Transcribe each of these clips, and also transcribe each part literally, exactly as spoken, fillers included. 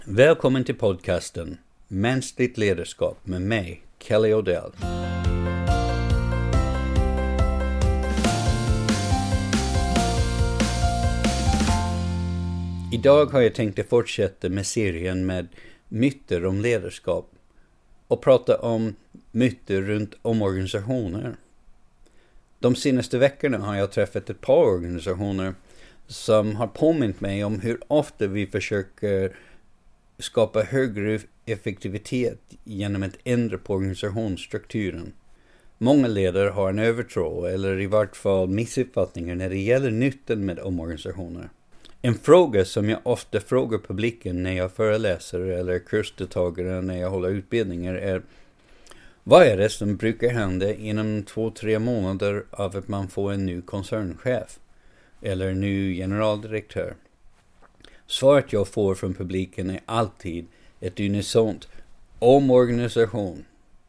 Välkommen till podcasten Mänskligt ledarskap med mig, Kelly Odell. Idag har jag tänkt att fortsätta med serien med myter om ledarskap och prata om myter runt omorganisationer. De senaste veckorna har jag träffat ett par organisationer som har påmint mig om hur ofta vi försöker skapa högre effektivitet genom att ändra på organisationsstrukturen. Många ledare har en övertro eller i vart fall missuppfattningar när det gäller nyttan med omorganisationer. En fråga som jag ofta frågar publiken när jag föreläser eller kursdeltagare när jag håller utbildningar är: vad är det som brukar hända inom två, tre månader av att man får en ny koncernchef eller en ny generaldirektör? Svaret jag får från publiken är alltid ett unisont omorganisation.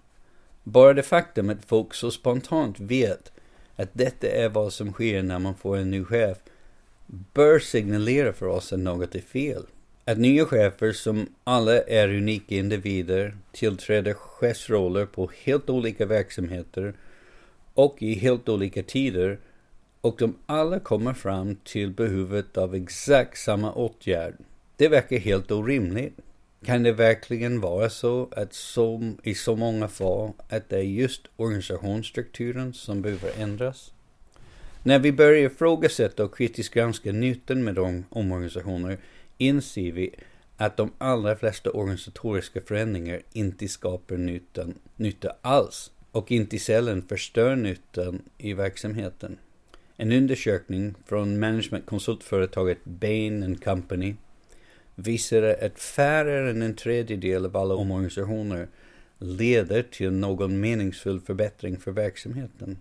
Bara det faktum att folk så spontant vet att detta är vad som sker när man får en ny chef bör signalera för oss att något är fel. Att nya chefer som alla är unika individer tillträder chefsroller på helt olika verksamheter och i helt olika tider, och de alla kommer fram till behovet av exakt samma åtgärd. Det verkar helt orimligt. Kan det verkligen vara så att som i så många fall att det är just organisationsstrukturen som behöver ändras? När vi börjar ifrågasätta och kritiskt granska nyttan med de omorganisationer inser vi att de allra flesta organisatoriska förändringar inte skapar nyttan, nytta alls och inte sällan förstör nyttan i verksamheten. En undersökning från managementkonsultföretaget Bain and Company visade att färre än en tredjedel av alla omorganisationer leder till någon meningsfull förbättring för verksamheten.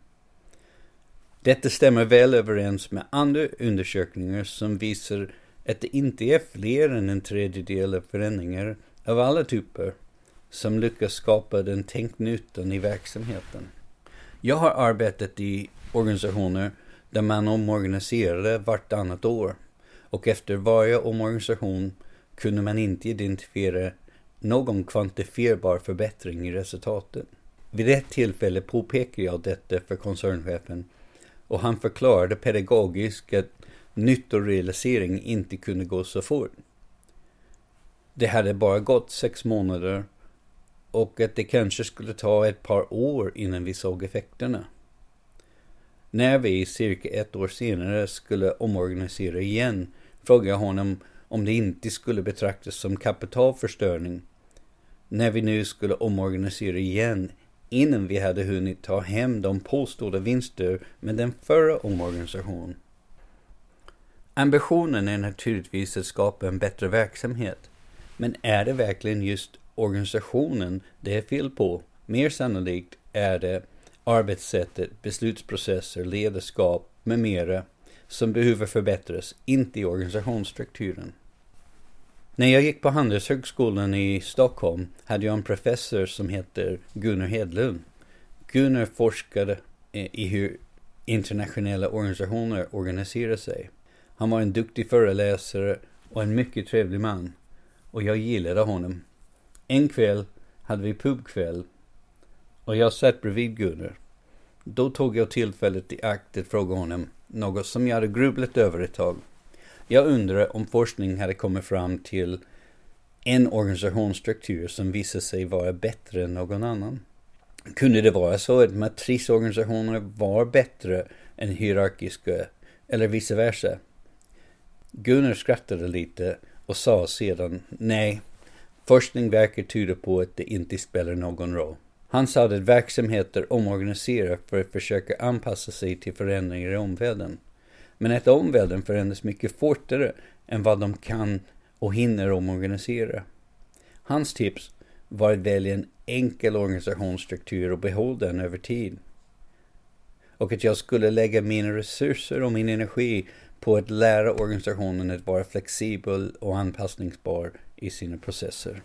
Detta stämmer väl överens med andra undersökningar som visar att det inte är fler än en tredjedel av förändringar av alla typer som lyckas skapa den tänkta nyttan i verksamheten. Jag har arbetat i organisationer där man omorganiserade vartannat år, och efter varje omorganisation kunde man inte identifiera någon kvantifierbar förbättring i resultatet. Vid ett tillfälle påpekade jag detta för koncernchefen, och han förklarade pedagogiskt att nyttorealisering inte kunde gå så fort. Det hade bara gått sex månader och att det kanske skulle ta ett par år innan vi såg effekterna. När vi cirka ett år senare skulle omorganisera igen frågade jag honom om det inte skulle betraktas som kapitalförstöring när vi nu skulle omorganisera igen innan vi hade hunnit ta hem de påstådda vinster med den förra omorganisationen. Ambitionen är naturligtvis att skapa en bättre verksamhet, men är det verkligen just organisationen det är fel på? Mer sannolikt är det arbetssättet, beslutsprocesser, ledarskap med mera som behöver förbättras, inte i organisationsstrukturen. När jag gick på Handelshögskolan i Stockholm hade jag en professor som heter Gunnar Hedlund. Gunnar forskade i hur internationella organisationer organiserar sig. Han var en duktig föreläsare och en mycket trevlig man, och jag gillade honom. En kväll hade vi pubkväll och jag satt bredvid Gunnar. Då tog jag tillfället i akt att fråga honom något som jag hade grubblat över ett tag. Jag undrade om forskning hade kommit fram till en organisationsstruktur som visade sig vara bättre än någon annan. Kunde det vara så att matrisorganisationer var bättre än hierarkiska eller vice versa? Gunnar skrattade lite och sa sedan: nej, forskning verkar tyda på att det inte spelar någon roll. Han sa att verksamheter omorganiserar för att försöka anpassa sig till förändringar i omvärlden. Men att omvärlden förändras mycket fortare än vad de kan och hinner omorganisera. Hans tips var att välja en enkel organisationsstruktur och behålla den över tid. Och att jag skulle lägga mina resurser och min energi på att lära organisationen att vara flexibel och anpassningsbar i sina processer.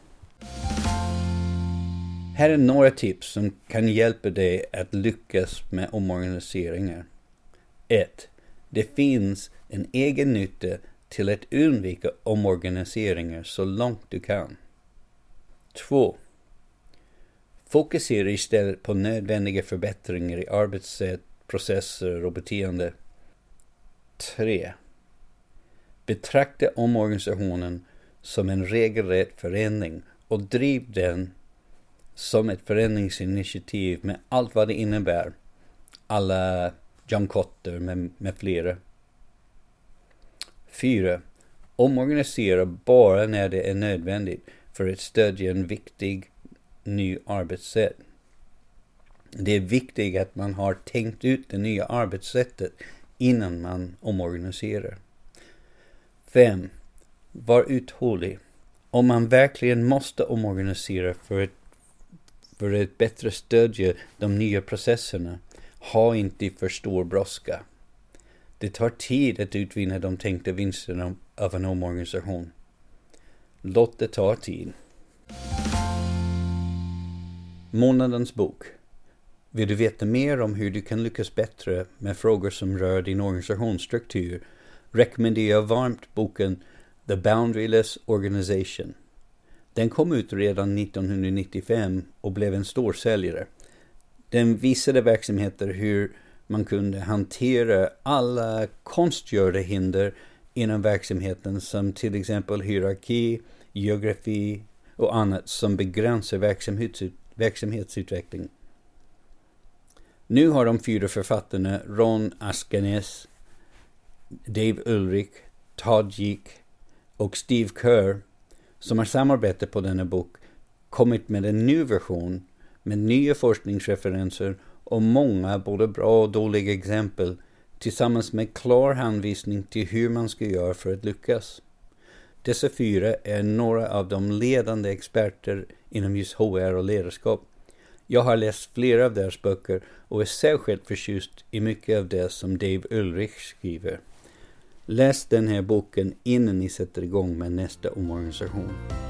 Här är några tips som kan hjälpa dig att lyckas med omorganiseringar. ett. Det finns en egen nytta till att undvika omorganiseringar så långt du kan. två. Fokusera istället på nödvändiga förbättringar i arbetssätt, processer och beteende. tre. Betrakta omorganisationen som en regelrätt förändring och driv den som ett förändringsinitiativ med allt vad det innebär. Alla John Kotter med, med flera. fyra. Omorganisera bara när det är nödvändigt för att stödja en viktig ny arbetssätt. Det är viktigt att man har tänkt ut det nya arbetssättet innan man omorganiserar. fem. Var uthållig. Om man verkligen måste omorganisera för att, för att bättre stödja de nya processerna, ha inte för stor brådska. Det tar tid att utvinna de tänkta vinsterna av en omorganisation. Låt det ta tid. Månadens bok. Vill du veta mer om hur du kan lyckas bättre med frågor som rör din organisationsstruktur, rekommenderar jag varmt boken The Boundaryless Organization. Den kom ut redan nittonhundranittiofem och blev en stor säljare. Den visade verksamheter hur man kunde hantera alla konstgjorda hinder inom verksamheten, som till exempel hierarki, geografi och annat som begränsar verksamhets- verksamhetsutveckling. Nu har de fyra författarna Ron Askenes, Dave Ulrich, Todd Geek och Steve Kerr, som har samarbetat på denna bok, kommit med en ny version med nya forskningsreferenser och många både bra och dåliga exempel, tillsammans med klar hänvisning till hur man ska göra för att lyckas. Dessa fyra är några av de ledande experter inom just H R och ledarskap. Jag har läst flera av deras böcker och är särskilt förtjust i mycket av det som Dave Ulrich skriver. Läs den här boken innan ni sätter igång med nästa omorganisation.